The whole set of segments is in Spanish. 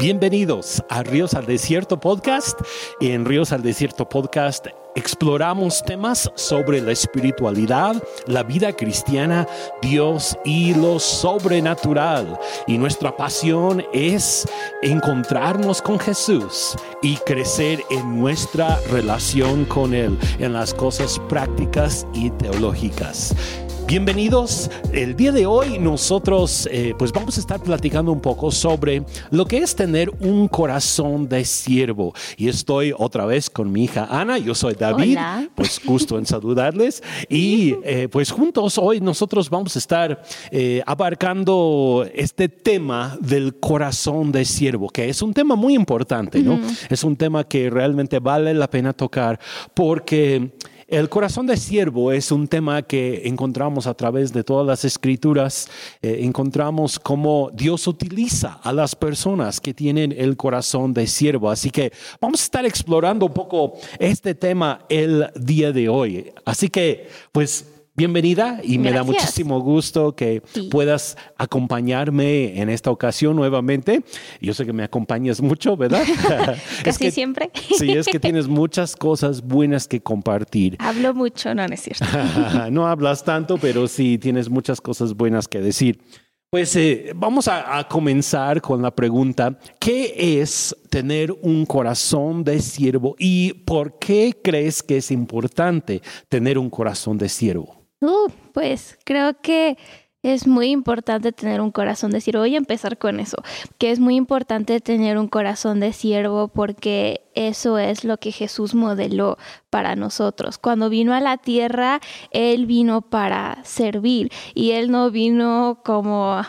Bienvenidos a Ríos al Desierto Podcast. En Ríos al Desierto Podcast exploramos temas sobre la espiritualidad, la vida cristiana, Dios y lo sobrenatural. Y nuestra pasión es encontrarnos con Jesús y crecer en nuestra relación con Él, en las cosas prácticas y teológicas. Bienvenidos. El día de hoy nosotros pues vamos a estar platicando un poco sobre lo que es tener un corazón de siervo. Y estoy otra vez con mi hija Ana. Yo soy David. Hola. Pues gusto en saludarles. Y pues juntos hoy nosotros vamos a estar abarcando este tema del corazón de siervo, que es un tema muy importante, ¿no? Es un tema que realmente vale la pena tocar porque el corazón de siervo es un tema que encontramos a través de todas las escrituras. Encontramos cómo Dios utiliza a las personas que tienen el corazón de siervo. Así que vamos a estar explorando un poco este tema el día de hoy. Así que, pues, bienvenida y me da muchísimo gusto que puedas acompañarme en esta ocasión nuevamente. Yo sé que me acompañas mucho, ¿verdad? Casi siempre. Sí, es que tienes muchas cosas buenas que compartir. Hablo mucho, no es cierto. No hablas tanto, pero sí tienes muchas cosas buenas que decir. Pues vamos a comenzar con la pregunta, ¿qué es tener un corazón de siervo y por qué crees que es importante tener un corazón de siervo? Pues creo que es muy importante tener un corazón de siervo. Voy a empezar con eso, que es muy importante tener un corazón de siervo porque eso es lo que Jesús modeló para nosotros. Cuando vino a la tierra, Él vino para servir y Él no vino como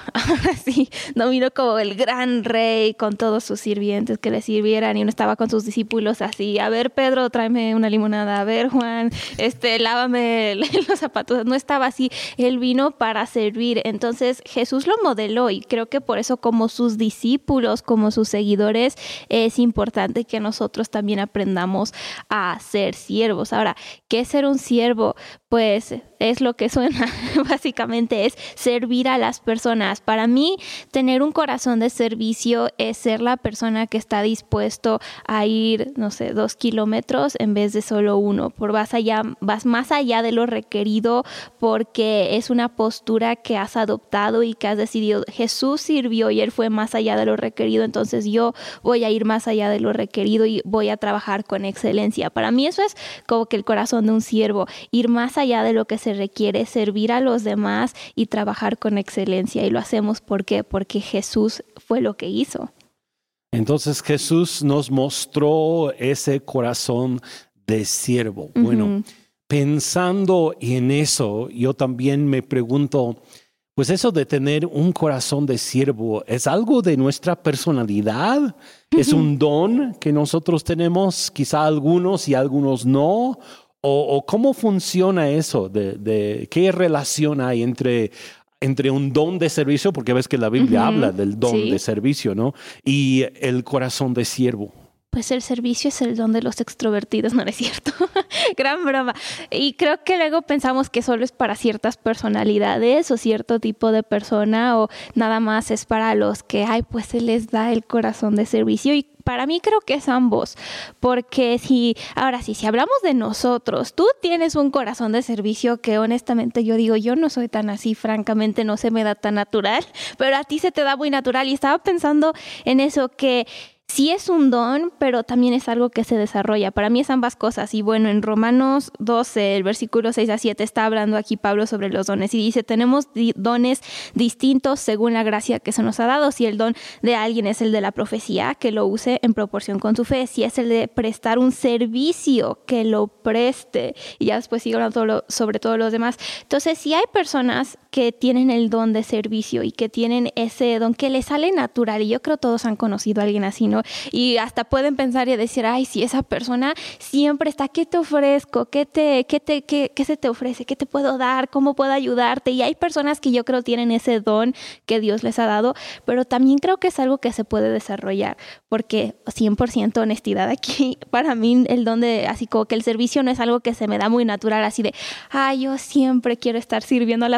el gran rey con todos sus sirvientes que le sirvieran y no estaba con sus discípulos así, a ver Pedro, tráeme una limonada, a ver Juan, lávame los zapatos. No estaba así, Él vino para servir. Entonces Jesús lo modeló y creo que por eso como sus discípulos, como sus seguidores, es importante que nosotros también aprendamos a ser siervos. Ahora, ¿qué es ser un siervo? Pues es lo que suena, básicamente es servir a las personas. Para mí, tener un corazón de servicio es ser la persona que está dispuesto a ir, 2 kilómetros en vez de solo 1. Vas más allá de lo requerido porque es una postura que has adoptado y que has decidido. Jesús sirvió y Él fue más allá de lo requerido, entonces yo voy a ir más allá de lo requerido y voy a trabajar con excelencia. Para mí eso es como que el corazón de un siervo, ir más allá de lo que se requiere, servir a los demás y trabajar con excelencia. Y lo hacemos ¿por qué? Porque Jesús fue lo que hizo. Entonces Jesús nos mostró ese corazón de siervo. Bueno, pensando en eso, yo también me pregunto, pues eso de tener un corazón de siervo, ¿es algo de nuestra personalidad? ¿Es un don que nosotros tenemos, quizá algunos y algunos no? ¿O cómo funciona eso? ¿Qué relación hay entre un don de servicio? Porque ves que la Biblia habla del don de servicio, ¿no? Y el corazón de siervo. Pues el servicio es el don de los extrovertidos, no es cierto. Gran broma. Y creo que luego pensamos que solo es para ciertas personalidades o cierto tipo de persona o nada más es para los que, pues se les da el corazón de servicio. Y para mí creo que es ambos, porque si hablamos de nosotros, tú tienes un corazón de servicio que honestamente yo digo, yo no soy tan así, francamente no se me da tan natural, pero a ti se te da muy natural y estaba pensando en eso que sí es un don, pero también es algo que se desarrolla. Para mí es ambas cosas. Y bueno, en Romanos 12, el versículo 6-7, está hablando aquí Pablo sobre los dones. Y dice, tenemos dones distintos según la gracia que se nos ha dado. Si el don de alguien es el de la profecía, que lo use en proporción con su fe. Si es el de prestar un servicio, que lo preste. Y ya después sigue hablando sobre todos los demás. Entonces, si hay personas que tienen el don de servicio y que tienen ese don que les sale natural, y yo creo todos han conocido a alguien así, ¿no? Y hasta pueden pensar y decir, si esa persona siempre está, ¿qué te ofrezco? ¿Qué se te ofrece? ¿Qué te puedo dar? ¿Cómo puedo ayudarte? Y hay personas que yo creo tienen ese don que Dios les ha dado, pero también creo que es algo que se puede desarrollar, porque 100% honestidad aquí, para mí el don de, así como que el servicio no es algo que se me da muy natural, así de, yo siempre quiero estar sirviendo a las personas.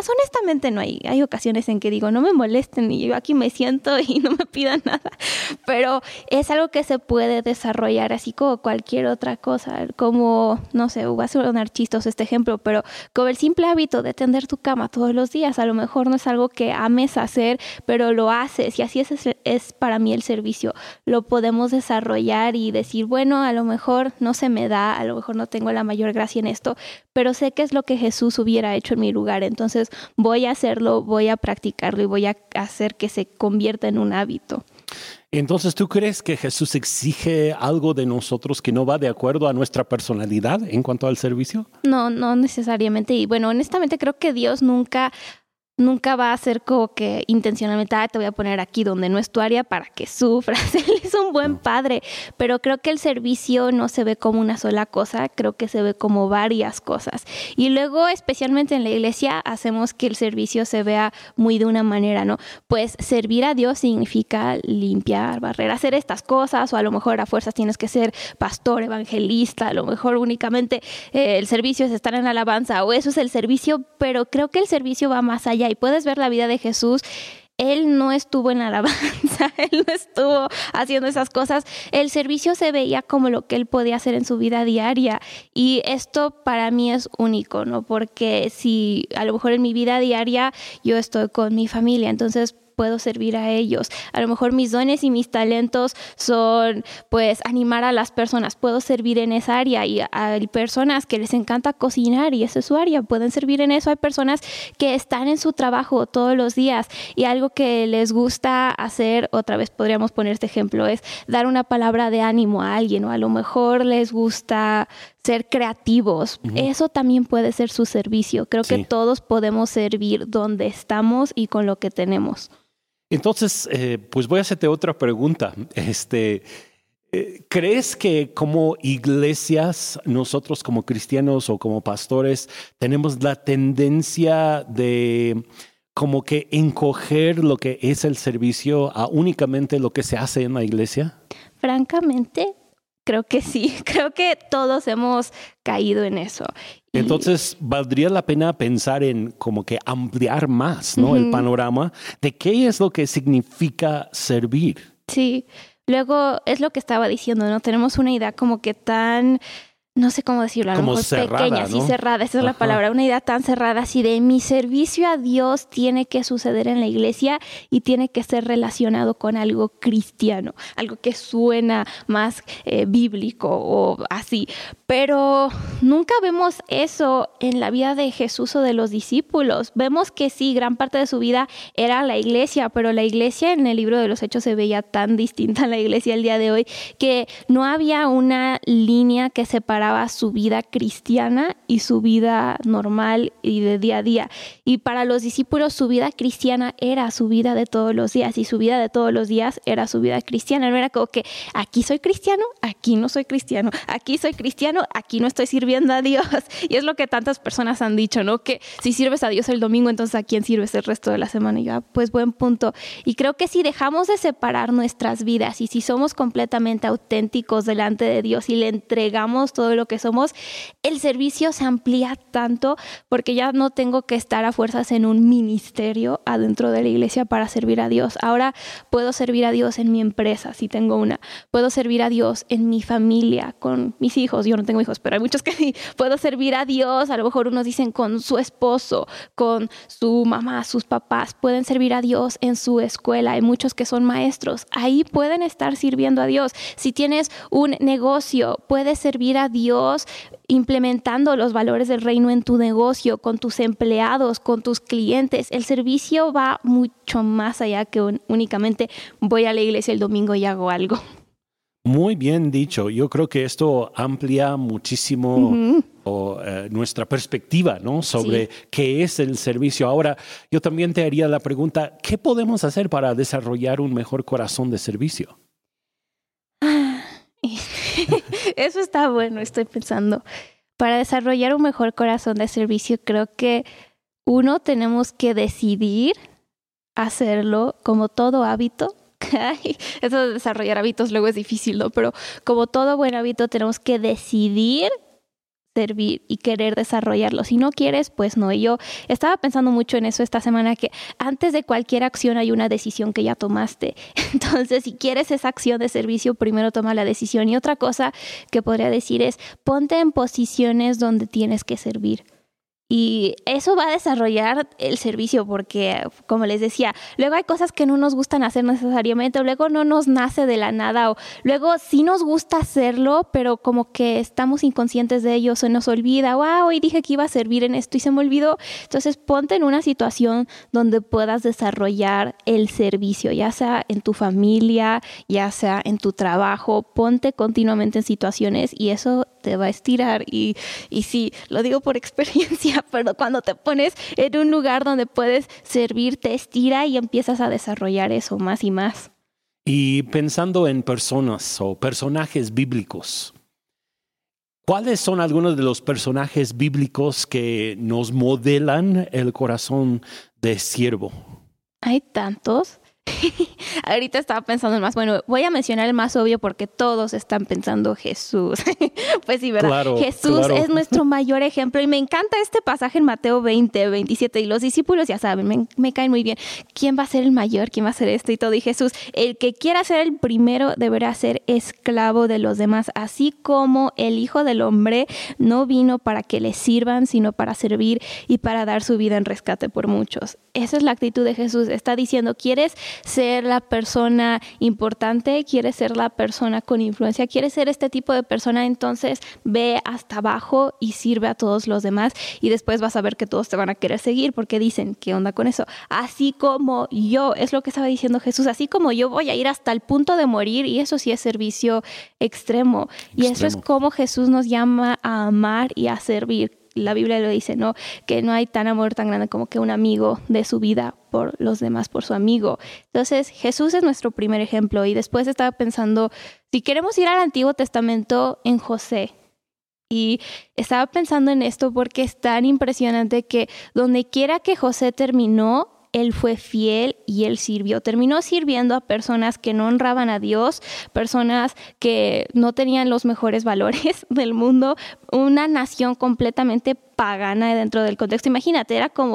honestamente no hay ocasiones en que digo, no me molesten y yo aquí me siento y no me pidan nada. Pero es algo que se puede desarrollar así como cualquier otra cosa, como, no sé, voy a sonar chistoso este ejemplo, pero como el simple hábito de tender tu cama todos los días, a lo mejor no es algo que ames hacer, pero lo haces y así es para mí el servicio. Lo podemos desarrollar y decir, bueno, a lo mejor no se me da, a lo mejor no tengo la mayor gracia en esto, pero sé que es lo que Jesús hubiera hecho en mi lugar, entonces voy a hacerlo, voy a practicarlo y voy a hacer que se convierta en un hábito. Entonces, ¿tú crees que Jesús exige algo de nosotros que no va de acuerdo a nuestra personalidad en cuanto al servicio? No, no necesariamente. Y bueno, honestamente creo que Dios nunca va a ser como que intencionalmente, te voy a poner aquí donde no es tu área para que sufras. Él es un buen padre, pero creo que el servicio no se ve como una sola cosa, creo que se ve como varias cosas. Y luego, especialmente en la iglesia, hacemos que el servicio se vea muy de una manera, ¿no? Pues servir a Dios significa limpiar, barrer, hacer estas cosas, o a lo mejor a fuerzas tienes que ser pastor, evangelista, a lo mejor únicamente el servicio es estar en alabanza, o eso es el servicio, pero creo que el servicio va más allá. Y puedes ver la vida de Jesús. Él no estuvo en la alabanza, él no estuvo haciendo esas cosas. El servicio se veía como lo que él podía hacer en su vida diaria. Y esto para mí es único, ¿no? Porque si a lo mejor en mi vida diaria yo estoy con mi familia, entonces puedo servir a ellos. A lo mejor mis dones y mis talentos son, pues, animar a las personas. Puedo servir en esa área y hay personas que les encanta cocinar y esa es su área. Pueden servir en eso. Hay personas que están en su trabajo todos los días y algo que les gusta hacer, otra vez podríamos poner este ejemplo, es dar una palabra de ánimo a alguien, o a lo mejor les gusta ser creativos. Eso también puede ser su servicio. Creo que todos podemos servir donde estamos y con lo que tenemos. Entonces, pues voy a hacerte otra pregunta. ¿Crees que como iglesias, nosotros como cristianos o como pastores, tenemos la tendencia de como que encoger lo que es el servicio a únicamente lo que se hace en la iglesia? Francamente, creo que sí. Creo que todos hemos caído en eso. Entonces, valdría la pena pensar en como que ampliar más, ¿no? El panorama de qué es lo que significa servir. Sí. Luego, es lo que estaba diciendo, ¿no? Tenemos una idea como que tan, no sé cómo decirlo, a lo mejor cerrada, pequeña, ¿no? sí, cerrada, esa es la palabra, una idea tan cerrada, así de mi servicio a Dios tiene que suceder en la iglesia y tiene que ser relacionado con algo cristiano, algo que suena más bíblico o así. Pero nunca vemos eso en la vida de Jesús o de los discípulos. Vemos que sí, gran parte de su vida era la iglesia, pero la iglesia en el libro de los Hechos se veía tan distinta a la iglesia el día de hoy que no había una línea que separaba su vida cristiana y su vida normal y de día a día. Y para los discípulos su vida cristiana era su vida de todos los días y su vida de todos los días era su vida cristiana. No era como que aquí soy cristiano, aquí no soy cristiano, aquí soy cristiano, aquí no estoy sirviendo a Dios. Y es lo que tantas personas han dicho, ¿no? Que si sirves a Dios el domingo, entonces ¿a quién sirves el resto de la semana? Y yo, pues buen punto. Y creo que si dejamos de separar nuestras vidas y si somos completamente auténticos delante de Dios y le entregamos todo lo que somos, el servicio se amplía tanto porque ya no tengo que estar a fuerzas en un ministerio adentro de la iglesia para servir a Dios. Ahora puedo servir a Dios en mi empresa, si tengo una. Puedo servir a Dios en mi familia, con mis hijos. Yo no tengo hijos, pero hay muchos que sí. Puedo servir a Dios, a lo mejor unos dicen con su esposo, con su mamá, sus papás. Pueden servir a Dios en su escuela. Hay muchos que son maestros. Ahí pueden estar sirviendo a Dios. Si tienes un negocio, puedes servir a Dios implementando los valores del reino en tu negocio, con tus empleados, con tus clientes. El servicio va mucho más allá que únicamente voy a la iglesia el domingo y hago algo. Muy bien dicho. Yo creo que esto amplía muchísimo nuestra perspectiva, ¿no? Sobre qué es el servicio. Ahora, yo también te haría la pregunta, ¿qué podemos hacer para desarrollar un mejor corazón de servicio? Eso está bueno, estoy pensando. Para desarrollar un mejor corazón de servicio, creo que tenemos que decidir hacerlo como todo hábito. Eso de desarrollar hábitos luego es difícil, ¿no? Pero como todo buen hábito tenemos que decidir servir y querer desarrollarlo. Si no quieres, pues no. Y yo estaba pensando mucho en eso esta semana, que antes de cualquier acción hay una decisión que ya tomaste. Entonces, si quieres esa acción de servicio, primero toma la decisión. Y otra cosa que podría decir es, ponte en posiciones donde tienes que servir. Y eso va a desarrollar el servicio porque, como les decía, luego hay cosas que no nos gustan hacer necesariamente, o luego no nos nace de la nada, o luego sí nos gusta hacerlo, pero como que estamos inconscientes de ello, se nos olvida, wow, hoy dije que iba a servir en esto y se me olvidó. Entonces ponte en una situación donde puedas desarrollar el servicio, ya sea en tu familia, ya sea en tu trabajo, ponte continuamente en situaciones y eso te va a estirar. Y sí, lo digo por experiencia, pero cuando te pones en un lugar donde puedes servir, te estira y empiezas a desarrollar eso más y más. Y pensando en personas o personajes bíblicos, ¿cuáles son algunos de los personajes bíblicos que nos modelan el corazón de siervo? Hay tantos. Ahorita estaba pensando en más. Bueno, voy a mencionar el más obvio porque todos están pensando Jesús. Pues sí, ¿verdad? Claro, Jesús es nuestro mayor ejemplo y me encanta este pasaje en Mateo 20, 27 y los discípulos ya saben, me caen muy bien. ¿Quién va a ser el mayor? ¿Quién va a ser esto? Y todo. Y Jesús, el que quiera ser el primero deberá ser esclavo de los demás, así como el Hijo del Hombre no vino para que le sirvan, sino para servir y para dar su vida en rescate por muchos. Esa es la actitud de Jesús. Está diciendo, ¿quieres ser la persona importante? ¿Quieres ser la persona con influencia? ¿Quieres ser este tipo de persona? Entonces ve hasta abajo y sirve a todos los demás y después vas a ver que todos te van a querer seguir porque dicen, ¿qué onda con eso? Así como yo, es lo que estaba diciendo Jesús, así como yo voy a ir hasta el punto de morir, y eso sí es servicio extremo. Y eso es como Jesús nos llama a amar y a servir. La Biblia lo dice, ¿no? Que no hay tan amor tan grande como que un amigo dé su vida por los demás, por su amigo. Entonces, Jesús es nuestro primer ejemplo. Y después estaba pensando, si queremos ir al Antiguo Testamento, en José. Y estaba pensando en esto porque es tan impresionante que donde quiera que José terminó, él fue fiel y él sirvió. Terminó sirviendo a personas que no honraban a Dios, personas que no tenían los mejores valores del mundo, una nación completamente pagana dentro del contexto. Imagínate,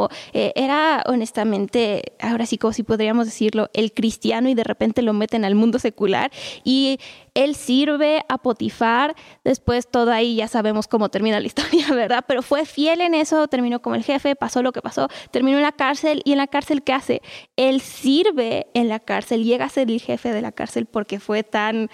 era honestamente, ahora sí como si podríamos decirlo, el cristiano, y de repente lo meten al mundo secular y él sirve a Potifar. Después todo ahí ya sabemos cómo termina la historia, ¿verdad? Pero fue fiel en eso, terminó como el jefe, pasó lo que pasó, terminó en la cárcel. ¿Y en la cárcel qué hace? Él sirve en la cárcel, llega a ser el jefe de la cárcel porque fue tan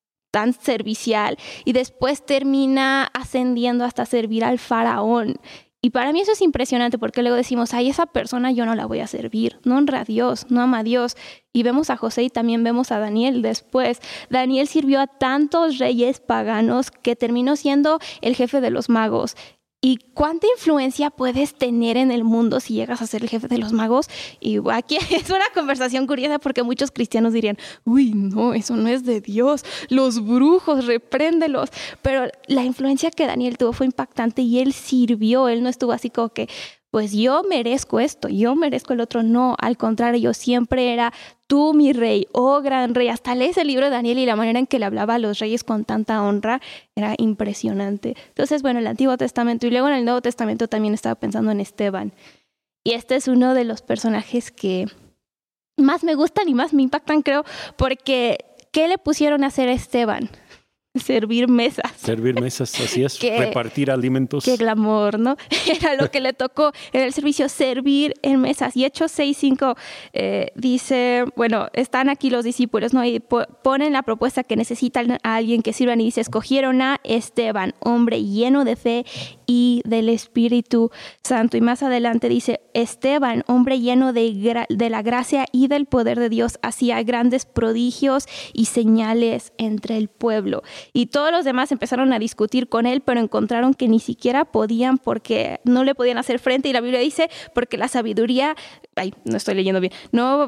servicial, y después termina ascendiendo hasta servir al faraón. Y para mí eso es impresionante porque luego decimos, ay, esa persona yo no la voy a servir, no honra a Dios, no ama a Dios. Y vemos a José y también vemos a Daniel después. Daniel sirvió a tantos reyes paganos que terminó siendo el jefe de los magos. ¿Y cuánta influencia puedes tener en el mundo si llegas a ser el jefe de los magos? Y aquí es una conversación curiosa porque muchos cristianos dirían, uy, no, eso no es de Dios, los brujos, repréndelos. Pero la influencia que Daniel tuvo fue impactante y él sirvió, él no estuvo así como que, pues yo merezco esto, yo merezco el otro. No, al contrario, siempre era tú mi rey, oh gran rey. Hasta lees el libro de Daniel y la manera en que le hablaba a los reyes con tanta honra era impresionante. Entonces, bueno, el Antiguo Testamento y luego en el Nuevo Testamento también estaba pensando en Esteban. Y este es uno de los personajes que más me gustan y más me impactan, creo, porque ¿qué le pusieron a hacer a Esteban? Servir mesas. Servir mesas, así es, repartir alimentos. Qué glamour, ¿no? Era lo que le tocó en el servicio, servir en mesas. Y Hechos 6:5 dice, bueno, están aquí los discípulos, ¿no? Y ponen la propuesta que necesitan a alguien que sirvan y dice, escogieron a Esteban, hombre lleno de fe y del Espíritu Santo. Y más adelante dice, Esteban, hombre lleno de la gracia y del poder de Dios, hacía grandes prodigios y señales entre el pueblo. Y todos los demás empezaron a discutir con él, pero encontraron que ni siquiera podían porque no le podían hacer frente. Y la Biblia dice, porque la sabiduría, no estoy leyendo bien,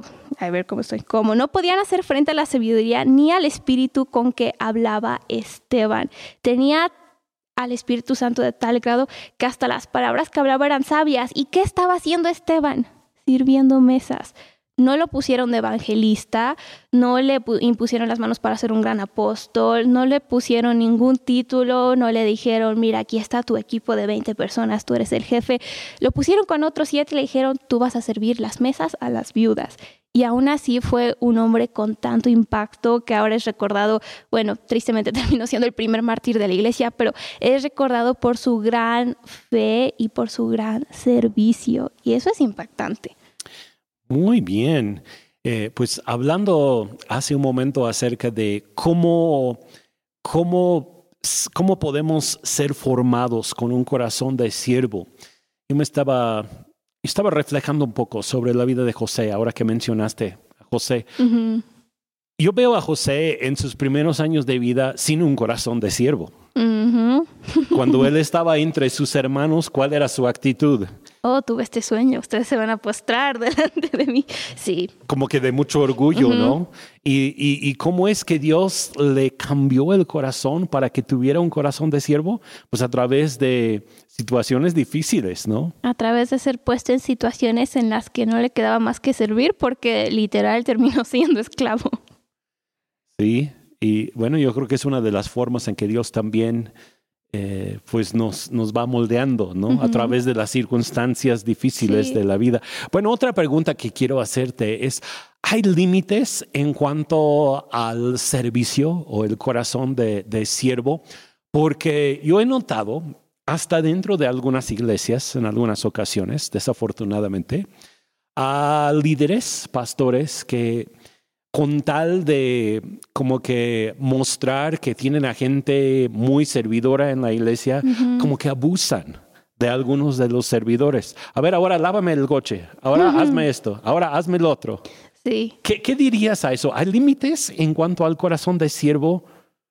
como no podían hacer frente a la sabiduría ni al espíritu con que hablaba Esteban. Tenía al Espíritu Santo de tal grado que hasta las palabras que hablaba eran sabias. ¿Y qué estaba haciendo Esteban? Sirviendo mesas. no lo pusieron de evangelista, no le impusieron las manos para ser un gran apóstol, no le pusieron ningún título, no le dijeron, mira, aquí está tu equipo de 20 personas, tú eres el jefe. Lo pusieron con otros 7 y le dijeron, tú vas a servir las mesas a las viudas. Y aún así fue un hombre con tanto impacto que ahora es recordado, bueno, tristemente terminó siendo el primer mártir de la iglesia, pero es recordado por su gran fe y por su gran servicio. Y eso es impactante. Muy bien. Pues hablando hace un momento acerca de cómo podemos ser formados con un corazón de siervo, yo estaba reflejando un poco sobre la vida de José, ahora que mencionaste a José. Uh-huh. Yo veo a José en sus primeros años de vida sin un corazón de siervo. Uh-huh. Cuando él estaba entre sus hermanos, ¿cuál era su actitud? Oh, tuve este sueño, ustedes se van a postrar delante de mí. Sí. Como que de mucho orgullo, uh-huh. ¿no? Y cómo es que Dios le cambió el corazón para que tuviera un corazón de siervo, pues a través de situaciones difíciles, ¿no? A través de ser puesto en situaciones en las que no le quedaba más que servir, porque literal terminó siendo esclavo. Sí, y bueno, yo creo que es una de las formas en que Dios también pues nos va moldeando, ¿no? Uh-huh. A través de las circunstancias difíciles de la vida. Bueno, otra pregunta que quiero hacerte es, ¿hay límites en cuanto al servicio o el corazón de siervo? Porque yo he notado, hasta dentro de algunas iglesias, en algunas ocasiones, desafortunadamente, a líderes, pastores que con tal de como que mostrar que tienen a gente muy servidora en la iglesia, uh-huh. como que abusan de algunos de los servidores. A ver, ahora lávame el coche, ahora uh-huh. hazme esto, ahora hazme lo otro. Sí. ¿Qué dirías a eso? ¿Hay límites en cuanto al corazón de siervo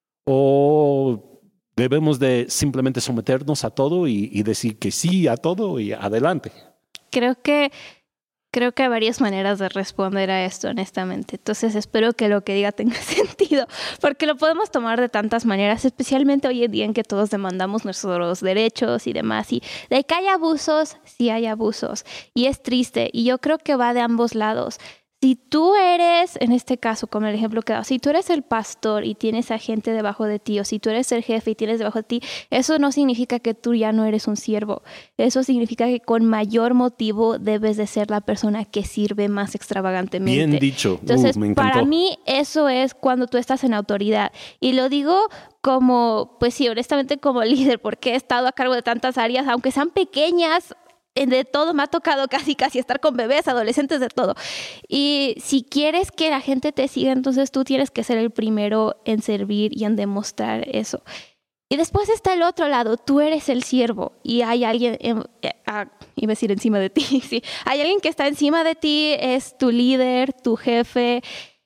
o debemos de simplemente someternos a todo y decir que sí a todo y adelante? Creo que hay varias maneras de responder a esto, honestamente. Entonces espero que lo que diga tenga sentido, porque lo podemos tomar de tantas maneras, especialmente hoy en día en que todos demandamos nuestros derechos y demás. Y de que hay abusos, sí hay abusos. Y es triste. Y yo creo que va de ambos lados. Si tú eres, en este caso, como el ejemplo que he dado, si tú eres el pastor y tienes a gente debajo de ti, o si tú eres el jefe y tienes debajo de ti, eso no significa que tú ya no eres un siervo. Eso significa que con mayor motivo debes de ser la persona que sirve más extravagantemente. Bien dicho. Entonces, me encantó. Para mí, eso es cuando tú estás en autoridad. Y lo digo como, pues sí, honestamente como líder, porque he estado a cargo de tantas áreas, aunque sean pequeñas, de todo me ha tocado casi estar con bebés, adolescentes, de todo. Y si quieres que la gente te siga, entonces tú tienes que ser el primero en servir y en demostrar eso. Y después está el otro lado, tú eres el siervo y hay alguien, iba a decir encima de ti, sí, hay alguien que está encima de ti, es tu líder, tu jefe,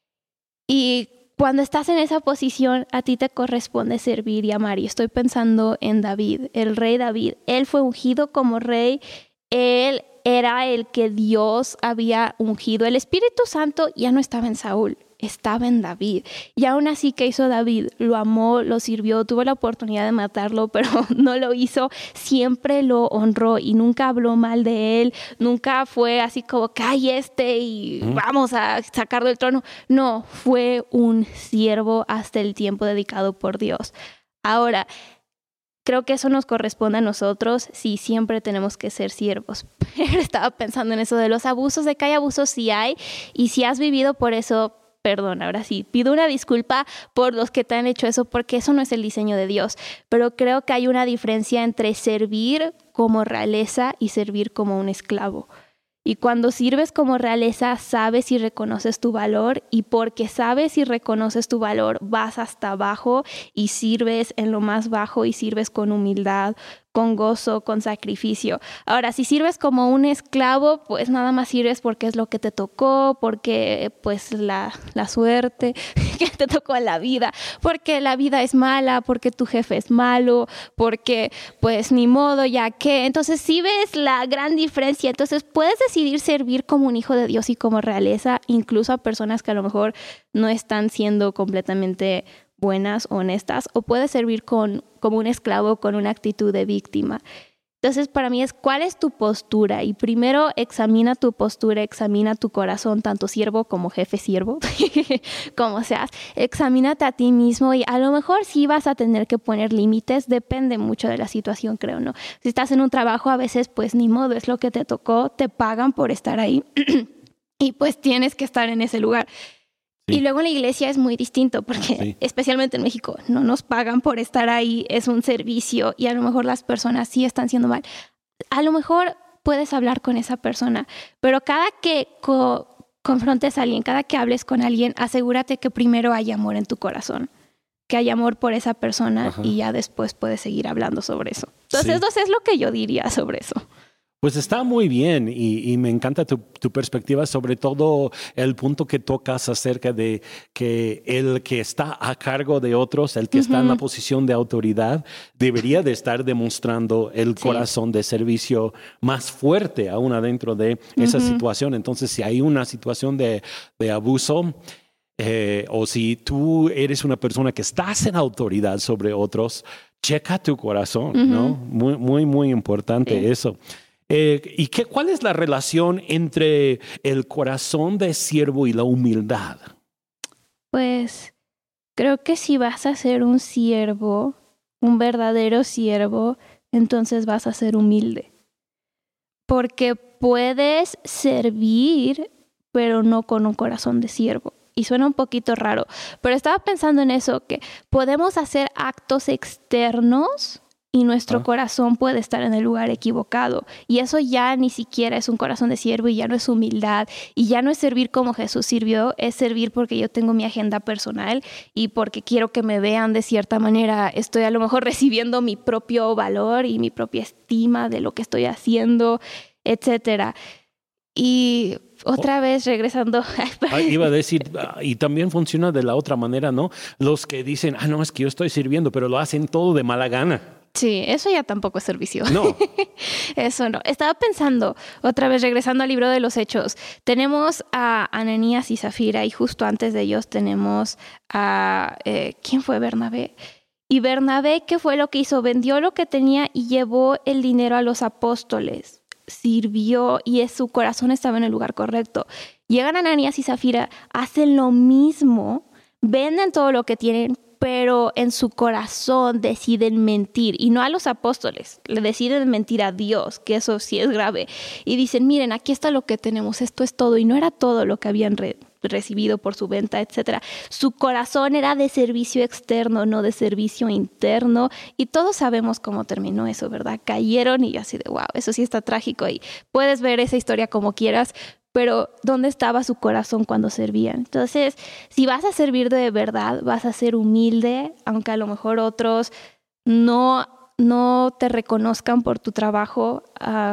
y cuando estás en esa posición, a ti te corresponde servir y amar. Y estoy pensando en David, el rey David. Él fue ungido como rey. Él era el que Dios había ungido. El Espíritu Santo ya no estaba en Saúl, estaba en David. Y aún así, ¿qué hizo David? Lo amó, lo sirvió, tuvo la oportunidad de matarlo, pero no lo hizo. Siempre lo honró y nunca habló mal de él. Nunca fue así como, ¡ay, y vamos a sacarlo del trono! No, fue un siervo hasta el tiempo dedicado por Dios. Ahora, creo que eso nos corresponde a nosotros, sí, siempre tenemos que ser siervos. Pero estaba pensando en eso de los abusos, de que hay abusos, sí hay, y si has vivido por eso, perdón, ahora sí, pido una disculpa por los que te han hecho eso, porque eso no es el diseño de Dios. Pero creo que hay una diferencia entre servir como realeza y servir como un esclavo. Y cuando sirves como realeza, sabes y reconoces tu valor, y porque sabes y reconoces tu valor, vas hasta abajo y sirves en lo más bajo y sirves con humildad, con gozo, con sacrificio. Ahora, si sirves como un esclavo, pues nada más sirves porque es lo que te tocó, porque pues la suerte que te tocó en la vida, porque la vida es mala, porque tu jefe es malo, porque pues ni modo, ya que. Entonces sí ves la gran diferencia. Entonces puedes decidir servir como un hijo de Dios y como realeza, incluso a personas que a lo mejor no están siendo completamente buenas, honestas, o puedes servir como un esclavo con una actitud de víctima. Entonces, para mí es cuál es tu postura. Y primero examina tu postura, examina tu corazón, tanto siervo como jefe siervo, como seas. Examínate a ti mismo y a lo mejor sí vas a tener que poner límites. Depende mucho de la situación, creo, ¿no? Si estás en un trabajo, a veces pues ni modo, es lo que te tocó, te pagan por estar ahí y pues tienes que estar en ese lugar. Sí. Y luego en la iglesia es muy distinto porque, Sí. especialmente en México, no nos pagan por estar ahí, es un servicio y a lo mejor las personas sí están haciendo mal. A lo mejor puedes hablar con esa persona, pero cada que confrontes a alguien, cada que hables con alguien, asegúrate que primero hay amor en tu corazón, que hay amor por esa persona. Ajá. Y ya después puedes seguir hablando sobre eso. Entonces, sí. Eso es lo que yo diría sobre eso. Pues está muy bien y me encanta tu perspectiva, sobre todo el punto que tocas acerca de que el que está a cargo de otros, el que está en la posición de autoridad, debería de estar demostrando el corazón de servicio más fuerte aún adentro de esa situación. Entonces, si hay una situación de abuso, o si tú eres una persona que estás en autoridad sobre otros, checa tu corazón, ¿no? Muy, muy, muy importante eso. ¿Y cuál es la relación entre el corazón de siervo y la humildad? Pues creo que si vas a ser un siervo, un verdadero siervo, entonces vas a ser humilde. Porque puedes servir, pero no con un corazón de siervo. Y suena un poquito raro, pero estaba pensando en eso, que podemos hacer actos externos y nuestro corazón puede estar en el lugar equivocado. Y eso ya ni siquiera es un corazón de siervo y ya no es humildad. Y ya no es servir como Jesús sirvió, es servir porque yo tengo mi agenda personal y porque quiero que me vean de cierta manera. Estoy a lo mejor recibiendo mi propio valor y mi propia estima de lo que estoy haciendo, etcétera. Y otra vez regresando. Iba a decir, y también funciona de la otra manera, ¿no? Los que dicen, no, es que yo estoy sirviendo, pero lo hacen todo de mala gana. Sí, eso ya tampoco es servicio. No. Eso no. Estaba pensando, otra vez regresando al libro de los Hechos, tenemos a Ananías y Zafira y justo antes de ellos tenemos a, ¿quién fue? Bernabé. Y Bernabé, ¿qué fue lo que hizo? Vendió lo que tenía y llevó el dinero a los apóstoles. Sirvió y su corazón estaba en el lugar correcto. Llegan Ananías y Zafira, hacen lo mismo, venden todo lo que tienen, pero en su corazón deciden mentir, y no a los apóstoles, le deciden mentir a Dios, que eso sí es grave. Y dicen, miren, aquí está lo que tenemos, esto es todo, y no era todo lo que habían recibido por su venta, etcétera. Su corazón era de servicio externo, no de servicio interno, y todos sabemos cómo terminó eso, ¿verdad? Cayeron y así de, wow, eso sí está trágico, y puedes ver esa historia como quieras, pero ¿dónde estaba su corazón cuando servían? Entonces, si vas a servir de verdad, vas a ser humilde, aunque a lo mejor otros no te reconozcan por tu trabajo.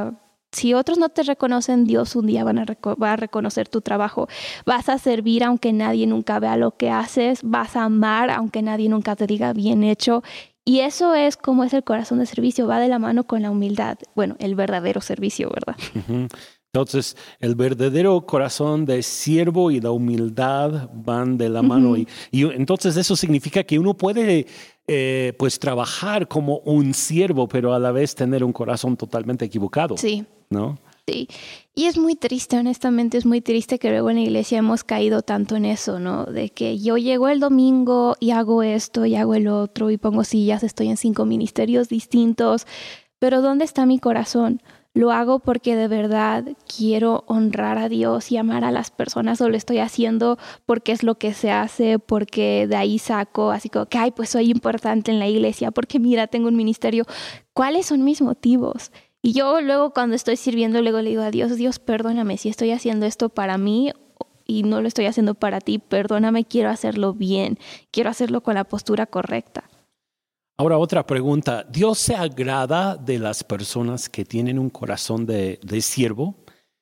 Si otros no te reconocen, Dios un día va a reconocer tu trabajo. Vas a servir aunque nadie nunca vea lo que haces. Vas a amar aunque nadie nunca te diga bien hecho. Y eso es como es el corazón de servicio. Va de la mano con la humildad. Bueno, el verdadero servicio, ¿verdad? Entonces, el verdadero corazón de siervo y la humildad van de la mano. Y entonces eso significa que uno puede pues trabajar como un siervo, pero a la vez tener un corazón totalmente equivocado. Sí. ¿No? Sí. Y es muy triste, honestamente, es muy triste que luego en la iglesia hemos caído tanto en eso, ¿no? De que yo llego el domingo y hago esto y hago el otro y pongo sillas, estoy en 5 ministerios distintos, pero ¿dónde está mi corazón? ¿Lo hago porque de verdad quiero honrar a Dios y amar a las personas, o lo estoy haciendo porque es lo que se hace, porque de ahí saco así como que, pues soy importante en la iglesia, porque mira, tengo un ministerio? ¿Cuáles son mis motivos? Y yo luego cuando estoy sirviendo, luego le digo a Dios, Dios, perdóname si estoy haciendo esto para mí y no lo estoy haciendo para ti, perdóname, quiero hacerlo bien, quiero hacerlo con la postura correcta. Ahora otra pregunta, ¿Dios se agrada de las personas que tienen un corazón de siervo?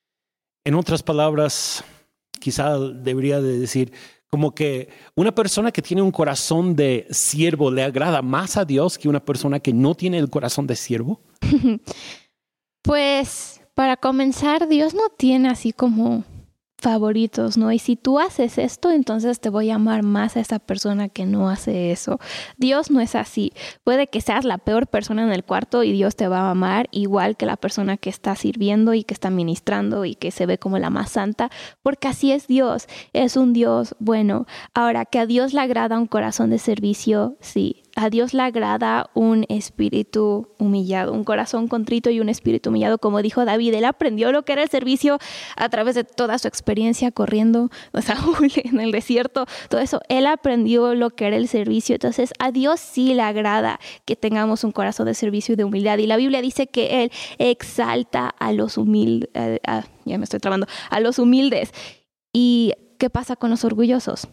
En otras palabras, quizá debería de decir como que una persona que tiene un corazón de siervo le agrada más a Dios que una persona que no tiene el corazón de siervo. Pues para comenzar, Dios no tiene así como favoritos, ¿no? Y si tú haces esto, entonces te voy a amar más a esa persona que no hace eso. Dios no es así. Puede que seas la peor persona en el cuarto y Dios te va a amar igual que la persona que está sirviendo y que está ministrando y que se ve como la más santa, porque así es Dios. Es un Dios bueno. Ahora, que a Dios le agrada un corazón de servicio, sí. A Dios le agrada un espíritu humillado, un corazón contrito y un espíritu humillado. Como dijo David, él aprendió lo que era el servicio a través de toda su experiencia corriendo, Saúl en el desierto, todo eso. Él aprendió lo que era el servicio. Entonces, a Dios sí le agrada que tengamos un corazón de servicio y de humildad. Y la Biblia dice que Él exalta a los humildes, ya me estoy trabando, a los humildes. ¿Y qué pasa con los orgullosos?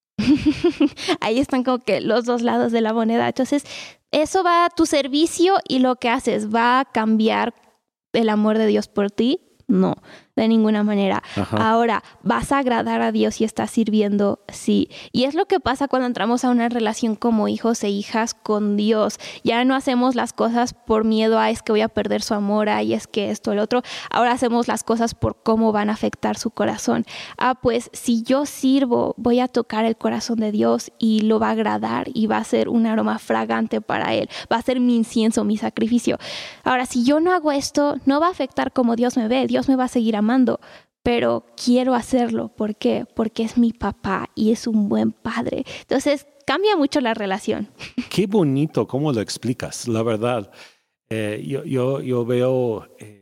Ahí están como que los dos lados de la moneda. Entonces, eso va a tu servicio y lo que haces, ¿va a cambiar el amor de Dios por ti? No, de ninguna manera. Ajá. Ahora, ¿vas a agradar a Dios y estás sirviendo? Sí. Y es lo que pasa cuando entramos a una relación como hijos e hijas con Dios. Ya no hacemos las cosas por miedo a es que voy a perder su amor, y es que esto, el otro. Ahora hacemos las cosas por cómo van a afectar su corazón. Pues si yo sirvo, voy a tocar el corazón de Dios y lo va a agradar y va a ser un aroma fragante para Él. Va a ser mi incienso, mi sacrificio. Ahora, si yo no hago esto, no va a afectar como Dios me ve. Dios me va a seguir amando, pero quiero hacerlo. ¿Por qué? Porque es mi papá y es un buen padre. Entonces, cambia mucho la relación. Qué bonito cómo lo explicas, la verdad. Yo veo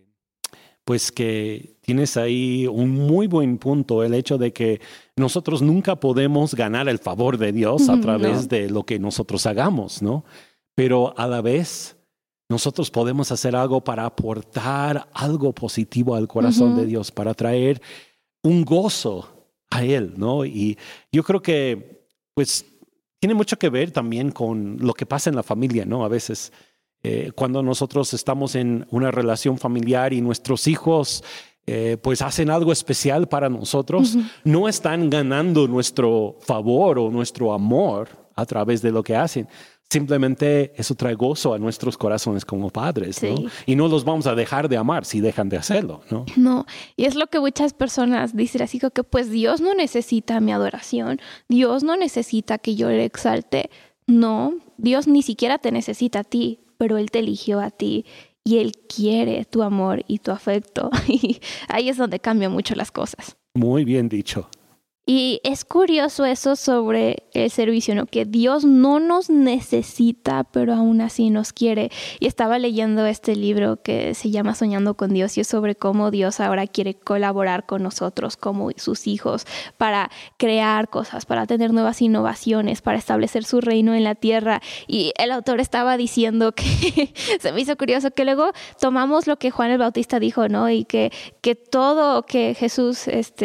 pues que tienes ahí un muy buen punto, el hecho de que nosotros nunca podemos ganar el favor de Dios a través de lo que nosotros hagamos, ¿no? Pero a la vez nosotros podemos hacer algo para aportar algo positivo al corazón de Dios, para traer un gozo a Él, ¿no? Y yo creo que, pues, tiene mucho que ver también con lo que pasa en la familia, ¿no? A veces, cuando nosotros estamos en una relación familiar y nuestros hijos, pues, hacen algo especial para nosotros, no están ganando nuestro favor o nuestro amor a través de lo que hacen. Simplemente eso trae gozo a nuestros corazones como padres, ¿no? Sí. Y no los vamos a dejar de amar si dejan de hacerlo, ¿no? No, y es lo que muchas personas dicen así, que pues Dios no necesita mi adoración, Dios no necesita que yo le exalte. No, Dios ni siquiera te necesita a ti, pero Él te eligió a ti y Él quiere tu amor y tu afecto. Y ahí es donde cambian mucho las cosas. Muy bien dicho. Y es curioso eso sobre el servicio, ¿no? Que Dios no nos necesita, pero aún así nos quiere. Y estaba leyendo este libro que se llama Soñando con Dios y es sobre cómo Dios ahora quiere colaborar con nosotros como sus hijos para crear cosas, para tener nuevas innovaciones, para establecer su reino en la tierra. Y el autor estaba diciendo que se me hizo curioso que luego tomamos lo que Juan el Bautista dijo, ¿no? Y que todo que Jesús,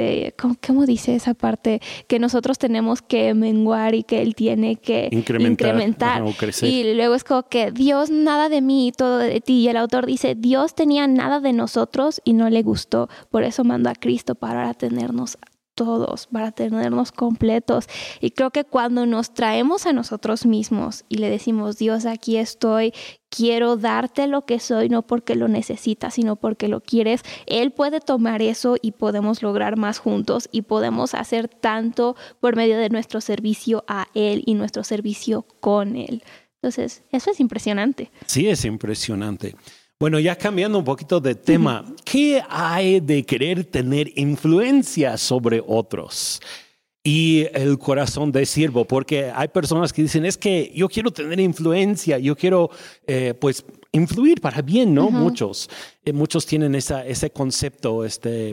¿cómo dice esa parte? Que nosotros tenemos que menguar y que Él tiene que incrementar. Y luego es como que Dios nada de mí y todo de ti. Y el autor dice, Dios tenía nada de nosotros y no le gustó. Por eso mandó a Cristo para tenernos todos, para tenernos completos. Y creo que cuando nos traemos a nosotros mismos y le decimos, Dios, aquí estoy, quiero darte lo que soy, no porque lo necesitas, sino porque lo quieres, Él puede tomar eso y podemos lograr más juntos y podemos hacer tanto por medio de nuestro servicio a Él y nuestro servicio con Él. Entonces, eso es impresionante. Sí, es impresionante. Bueno, ya cambiando un poquito de tema, ¿qué hay de querer tener influencia sobre otros? Y el corazón de siervo, porque hay personas que dicen, es que yo quiero tener influencia, yo quiero pues influir para bien, ¿no? Muchos tienen ese concepto,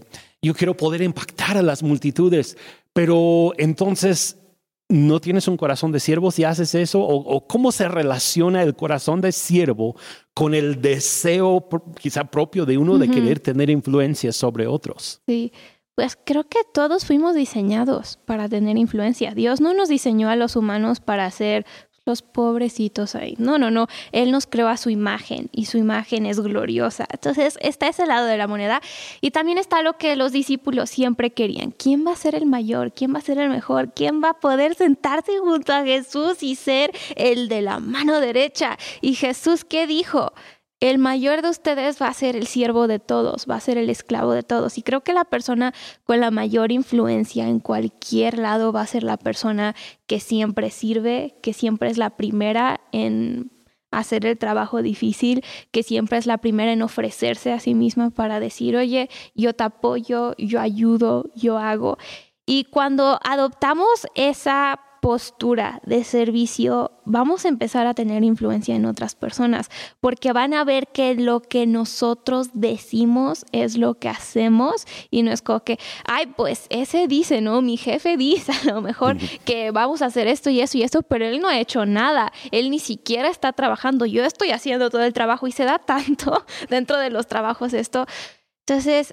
yo quiero poder impactar a las multitudes, pero entonces ¿no tienes un corazón de siervo si haces eso? ¿O cómo se relaciona el corazón de siervo con el deseo quizá propio de uno de querer tener influencia sobre otros? Sí, pues creo que todos fuimos diseñados para tener influencia. Dios no nos diseñó a los humanos para ser los pobrecitos ahí. No. Él nos creó a su imagen y su imagen es gloriosa. Entonces está ese lado de la moneda y también está lo que los discípulos siempre querían. ¿Quién va a ser el mayor? ¿Quién va a ser el mejor? ¿Quién va a poder sentarse junto a Jesús y ser el de la mano derecha? Y Jesús, ¿qué dijo? el mayor de ustedes va a ser el siervo de todos, va a ser el esclavo de todos. Y creo que la persona con la mayor influencia en cualquier lado va a ser la persona que siempre sirve, que siempre es la primera en hacer el trabajo difícil, que siempre es la primera en ofrecerse a sí misma para decir, oye, yo te apoyo, yo ayudo, yo hago. Y cuando adoptamos esa postura de servicio, vamos a empezar a tener influencia en otras personas, porque van a ver que lo que nosotros decimos es lo que hacemos y no es como que, ay, pues ese dice, ¿no? Mi jefe dice a lo mejor que vamos a hacer esto y eso, pero él no ha hecho nada, él ni siquiera está trabajando, yo estoy haciendo todo el trabajo y se da tanto dentro de los trabajos esto. Entonces,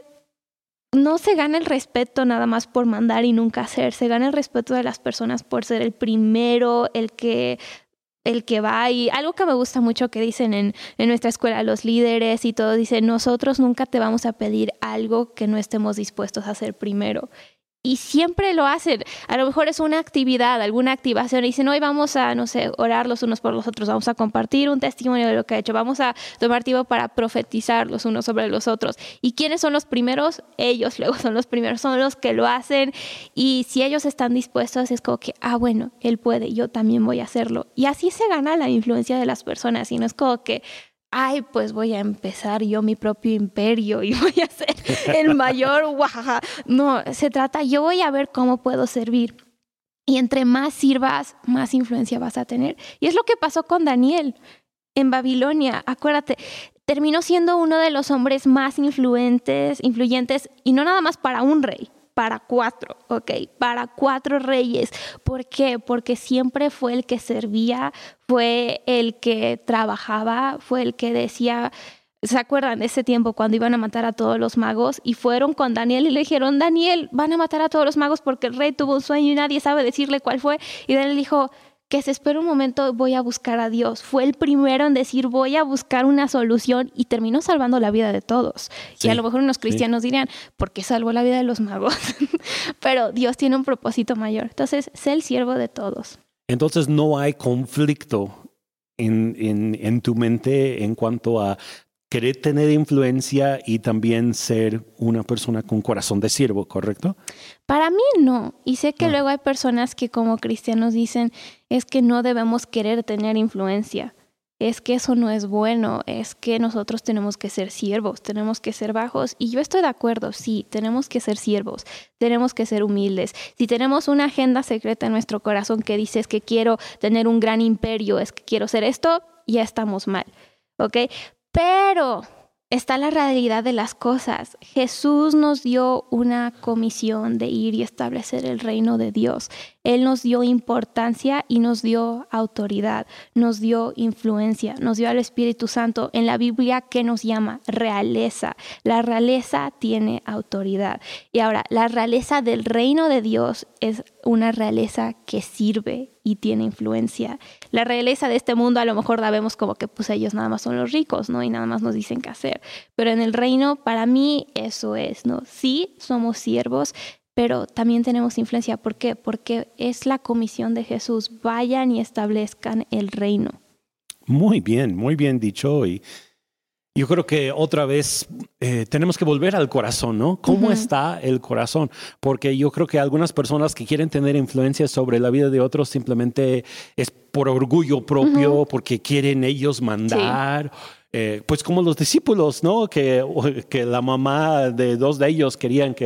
no se gana el respeto nada más por mandar y nunca hacer, se gana el respeto de las personas por ser el primero, el que va. Y algo que me gusta mucho que dicen en nuestra escuela los líderes y todo, dicen, nosotros nunca te vamos a pedir algo que no estemos dispuestos a hacer primero. Y siempre lo hacen. A lo mejor es una actividad, alguna activación. Y dicen, hoy vamos a, no sé, orar los unos por los otros. Vamos a compartir un testimonio de lo que ha hecho. Vamos a tomar tiempo para profetizar los unos sobre los otros. ¿Y quiénes son los primeros? Ellos luego son los primeros. Son los que lo hacen. Y si ellos están dispuestos, es como que, bueno, él puede, yo también voy a hacerlo. Y así se gana la influencia de las personas. Y no es como que, ay, pues voy a empezar yo mi propio imperio y voy a ser el mayor guajaja. No, se trata, yo voy a ver cómo puedo servir. Y entre más sirvas, más influencia vas a tener. Y es lo que pasó con Daniel en Babilonia. Acuérdate, terminó siendo uno de los hombres más influyentes, y no nada más para un rey, para 4, ¿ok? Para 4 reyes. ¿Por qué? Porque siempre fue el que servía, fue el que trabajaba, fue el que decía, ¿se acuerdan de ese tiempo cuando iban a matar a todos los magos? Y fueron con Daniel y le dijeron, Daniel, van a matar a todos los magos porque el rey tuvo un sueño y nadie sabe decirle cuál fue. Y Daniel dijo, que se espere un momento, voy a buscar a Dios. Fue el primero en decir, voy a buscar una solución, y terminó salvando la vida de todos. Sí, y a lo mejor unos cristianos dirían, ¿por qué salvó la vida de los magos? Pero Dios tiene un propósito mayor. Entonces, sé el siervo de todos. Entonces, no hay conflicto en tu mente en cuanto a querer tener influencia y también ser una persona con corazón de siervo, ¿correcto? Para mí no. Y sé que luego hay personas que como cristianos dicen, es que no debemos querer tener influencia. Es que eso no es bueno. Es que nosotros tenemos que ser siervos, tenemos que ser bajos. Y yo estoy de acuerdo, sí, tenemos que ser siervos, tenemos que ser humildes. Si tenemos una agenda secreta en nuestro corazón que dice es que quiero tener un gran imperio, es que quiero ser esto, ya estamos mal, ¿ok? Pero está la realidad de las cosas. Jesús nos dio una comisión de ir y establecer el reino de Dios. Él nos dio importancia y nos dio autoridad, nos dio influencia, nos dio al Espíritu Santo. En la Biblia, ¿qué nos llama? Realeza. La realeza tiene autoridad. Y ahora, la realeza del reino de Dios es una realeza que sirve y tiene influencia. La realeza de este mundo a lo mejor la vemos como que pues ellos nada más son los ricos, ¿no? Y nada más nos dicen qué hacer. Pero en el reino, para mí, eso es, ¿no? Sí, somos siervos, pero también tenemos influencia. ¿Por qué? Porque es la comisión de Jesús. Vayan y establezcan el reino. Muy bien dicho. Y yo creo que otra vez tenemos que volver al corazón, ¿no? ¿Cómo está el corazón? Porque yo creo que algunas personas que quieren tener influencia sobre la vida de otros simplemente es por orgullo propio, porque quieren ellos mandar. Sí. Pues como los discípulos, ¿no? Que la mamá de 2 de ellos quería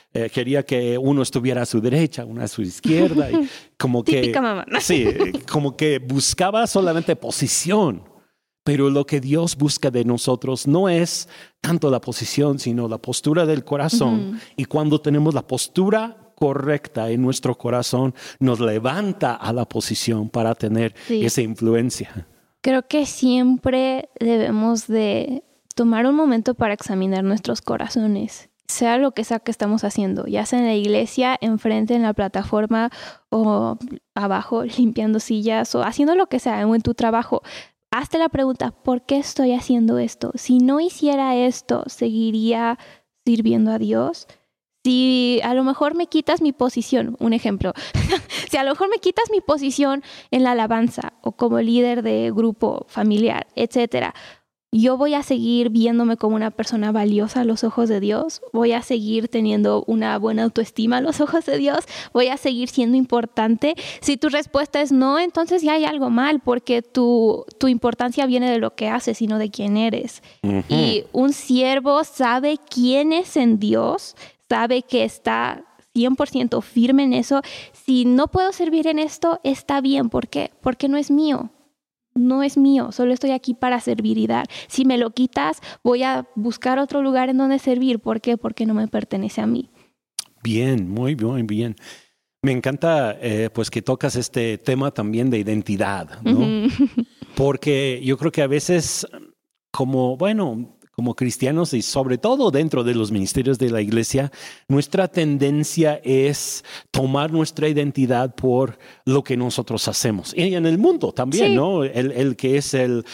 que uno estuviera a su derecha, uno a su izquierda. Y como típica mamá. Sí, como que buscaba solamente posición. Pero lo que Dios busca de nosotros no es tanto la posición, sino la postura del corazón. Y cuando tenemos la postura correcta en nuestro corazón, nos levanta a la posición para tener esa influencia. Creo que siempre debemos de tomar un momento para examinar nuestros corazones, sea lo que sea que estamos haciendo, ya sea en la iglesia, enfrente, en la plataforma o abajo, limpiando sillas o haciendo lo que sea, o en tu trabajo. Hazte la pregunta, ¿por qué estoy haciendo esto? Si no hiciera esto, ¿seguiría sirviendo a Dios? Si a lo mejor me quitas mi posición, un ejemplo, si a lo mejor me quitas mi posición en la alabanza o como líder de grupo familiar, etcétera, yo voy a seguir viéndome como una persona valiosa a los ojos de Dios, voy a seguir teniendo una buena autoestima a los ojos de Dios, voy a seguir siendo importante. Si tu respuesta es no, entonces ya hay algo mal, porque tu importancia viene de lo que haces y no de quién eres. Uh-huh. Y un siervo sabe quién es en Dios, sabe que está 100% firme en eso. Si no puedo servir en esto, está bien. ¿Por qué? Porque no es mío. No es mío, solo estoy aquí para servir y dar. Si me lo quitas, voy a buscar otro lugar en donde servir. ¿Por qué? Porque no me pertenece a mí. Bien, muy bien. Me encanta pues que tocas este tema también de identidad, ¿no? Uh-huh. Porque yo creo que a veces como cristianos y sobre todo dentro de los ministerios de la iglesia, nuestra tendencia es tomar nuestra identidad por lo que nosotros hacemos. Y en el mundo también, sí. ¿No? El que es el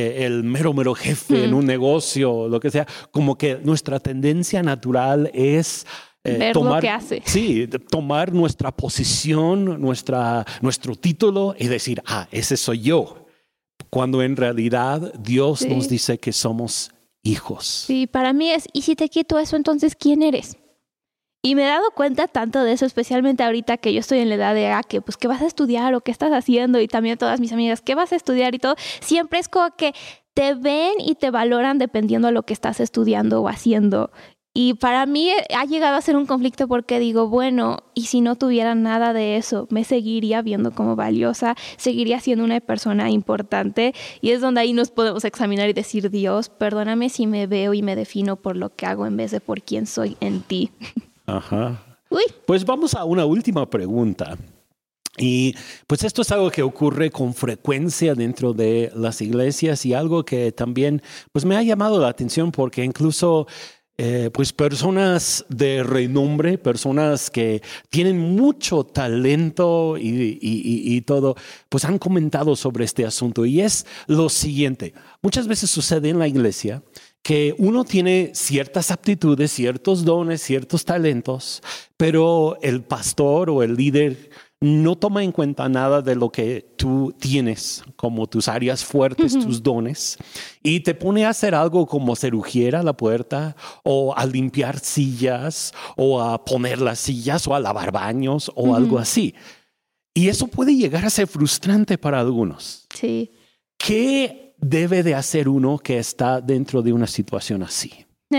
mero jefe en un negocio, lo que sea, como que nuestra tendencia natural es ver lo que hace. Sí, tomar nuestra posición, nuestro título y decir, ese soy yo. Cuando en realidad Dios nos dice que somos hijos. Sí, para mí es, ¿y si te quito eso, entonces quién eres? Y me he dado cuenta tanto de eso, especialmente ahorita que yo estoy en la edad de, pues, ¿qué vas a estudiar o qué estás haciendo? Y también todas mis amigas, ¿qué vas a estudiar? Y todo, siempre es como que te ven y te valoran dependiendo de lo que estás estudiando o haciendo. Y para mí ha llegado a ser un conflicto porque digo, bueno, y si no tuviera nada de eso, me seguiría viendo como valiosa, seguiría siendo una persona importante. Y es donde ahí nos podemos examinar y decir, Dios, perdóname si me veo y me defino por lo que hago en vez de por quién soy en ti. Ajá. Uy. Pues vamos a una última pregunta. Y pues esto es algo que ocurre con frecuencia dentro de las iglesias y algo que también pues me ha llamado la atención porque incluso pues personas de renombre, personas que tienen mucho talento y todo, pues han comentado sobre este asunto. Y es lo siguiente, muchas veces sucede en la iglesia que uno tiene ciertas aptitudes, ciertos dones, ciertos talentos, pero el pastor o el líder no toma en cuenta nada de lo que tú tienes como tus áreas fuertes, tus dones, y te pone a hacer algo como cerugir a la puerta o a limpiar sillas o a poner las sillas o a lavar baños o algo así. Y eso puede llegar a ser frustrante para algunos. Sí. ¿Qué debe de hacer uno que está dentro de una situación así?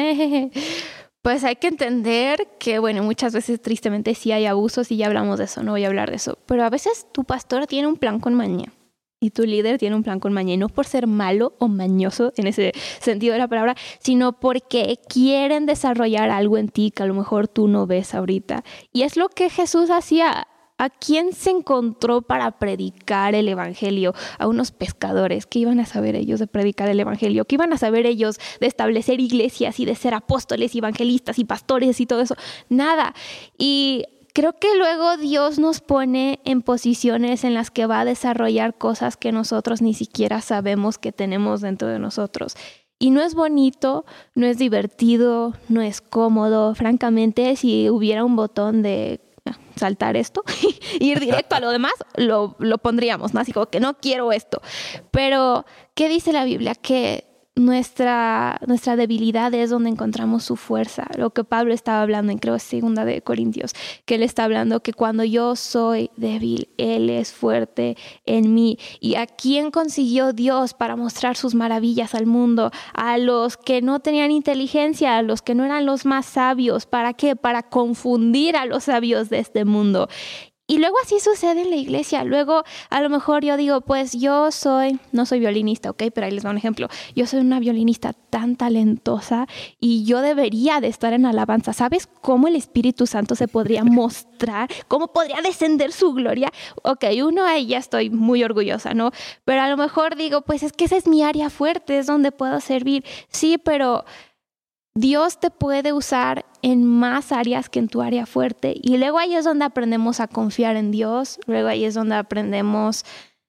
Pues hay que entender que, bueno, muchas veces tristemente sí hay abusos y ya hablamos de eso, no voy a hablar de eso. Pero a veces tu pastor tiene un plan con maña y tu líder tiene un plan con maña. Y no por ser malo o mañoso en ese sentido de la palabra, sino porque quieren desarrollar algo en ti que a lo mejor tú no ves ahorita. Y es lo que Jesús hacía. ¿A quién se encontró para predicar el evangelio? A unos pescadores. ¿Qué iban a saber ellos de predicar el evangelio? ¿Qué iban a saber ellos de establecer iglesias y de ser apóstoles, evangelistas y pastores y todo eso? Nada. Y creo que luego Dios nos pone en posiciones en las que va a desarrollar cosas que nosotros ni siquiera sabemos que tenemos dentro de nosotros. Y no es bonito, no es divertido, no es cómodo. Francamente, si hubiera un botón de saltar esto y ir directo a lo demás, lo pondríamos, ¿no? Así como que no quiero esto. Pero, ¿qué dice la Biblia? Que nuestra debilidad es donde encontramos su fuerza. Lo que Pablo estaba hablando en, creo, 2 de Corintios, que él está hablando que cuando yo soy débil, él es fuerte en mí. ¿Y a quién consiguió Dios para mostrar sus maravillas al mundo? A los que no tenían inteligencia, a los que no eran los más sabios. ¿Para qué? Para confundir a los sabios de este mundo. Y luego así sucede en la iglesia. Luego a lo mejor yo digo, pues no soy violinista, ¿ok? Pero ahí les doy un ejemplo. Yo soy una violinista tan talentosa y yo debería de estar en alabanza. ¿Sabes cómo el Espíritu Santo se podría mostrar? ¿Cómo podría descender su gloria? Ok, ahí ya estoy muy orgullosa, ¿no? Pero a lo mejor digo, pues es que esa es mi área fuerte, es donde puedo servir. Sí, pero Dios te puede usar en más áreas que en tu área fuerte. Y luego ahí es donde aprendemos a confiar en Dios. Luego ahí es donde aprendemos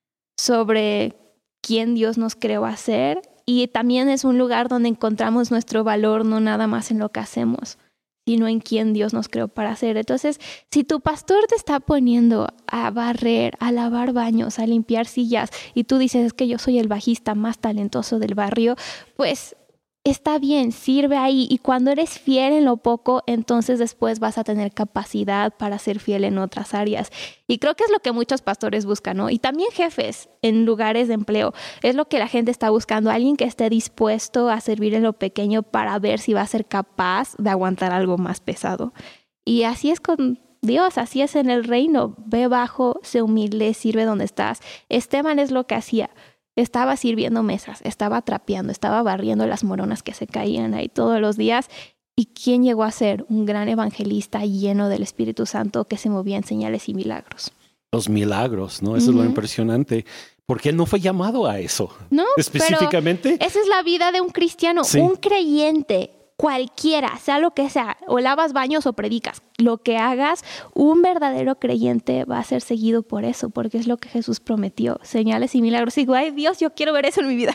sobre quién Dios nos creó a ser. Y también es un lugar donde encontramos nuestro valor, no nada más en lo que hacemos, sino en quién Dios nos creó para ser. Entonces, si tu pastor te está poniendo a barrer, a lavar baños, a limpiar sillas, y tú dices, es que yo soy el bajista más talentoso del barrio, pues está bien, sirve ahí. Y cuando eres fiel en lo poco, entonces después vas a tener capacidad para ser fiel en otras áreas. Y creo que es lo que muchos pastores buscan, ¿no? Y también jefes en lugares de empleo. Es lo que la gente está buscando. Alguien que esté dispuesto a servir en lo pequeño para ver si va a ser capaz de aguantar algo más pesado. Y así es con Dios, así es en el reino. Ve bajo, sé humilde, sirve donde estás. Esteban es lo que hacía. Estaba sirviendo mesas, estaba trapeando, estaba barriendo las moronas que se caían ahí todos los días. ¿Y quién llegó a ser? Un gran evangelista lleno del Espíritu Santo que se movía en señales y milagros. Los milagros, ¿no? Eso es lo impresionante. Porque él no fue llamado a eso. No, específicamente. Pero esa es la vida de un cristiano, sí. Un creyente. Cualquiera, sea lo que sea, o lavas baños o predicas, lo que hagas, un verdadero creyente va a ser seguido por eso, porque es lo que Jesús prometió, señales y milagros. Y digo, ay Dios, yo quiero ver eso en mi vida.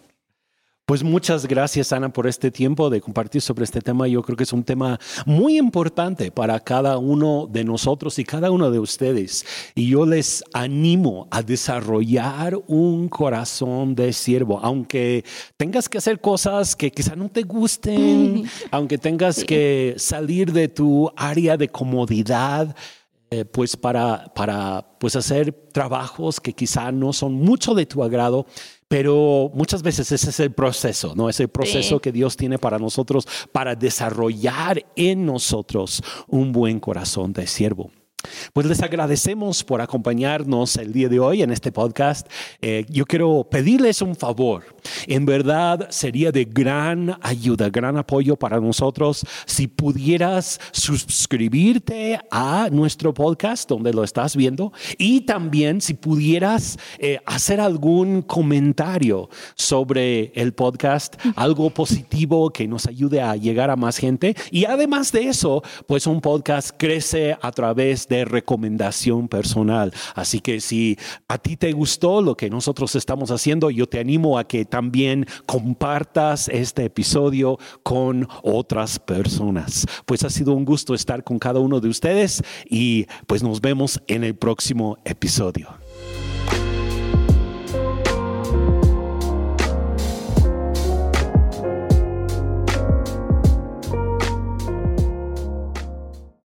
Pues muchas gracias, Ana, por este tiempo de compartir sobre este tema. Yo creo que es un tema muy importante para cada uno de nosotros y cada uno de ustedes. Y yo les animo a desarrollar un corazón de siervo, aunque tengas que hacer cosas que quizá no te gusten, aunque tengas que salir de tu área de comodidad, pues para pues hacer trabajos que quizá no son mucho de tu agrado. Pero muchas veces ese es el proceso, ¿no? Es el proceso que Dios tiene para nosotros, para desarrollar en nosotros un buen corazón de siervo. Pues les agradecemos por acompañarnos el día de hoy en este podcast. Yo quiero pedirles un favor. En verdad sería de gran ayuda, gran apoyo para nosotros si pudieras suscribirte a nuestro podcast donde lo estás viendo, y también si pudieras hacer algún comentario sobre el podcast, algo positivo que nos ayude a llegar a más gente. Y además de eso, pues un podcast crece a través de recomendación personal. Así que si a ti te gustó lo que nosotros estamos haciendo, yo te animo a que también compartas este episodio con otras personas. Pues ha sido un gusto estar con cada uno de ustedes y pues nos vemos en el próximo episodio.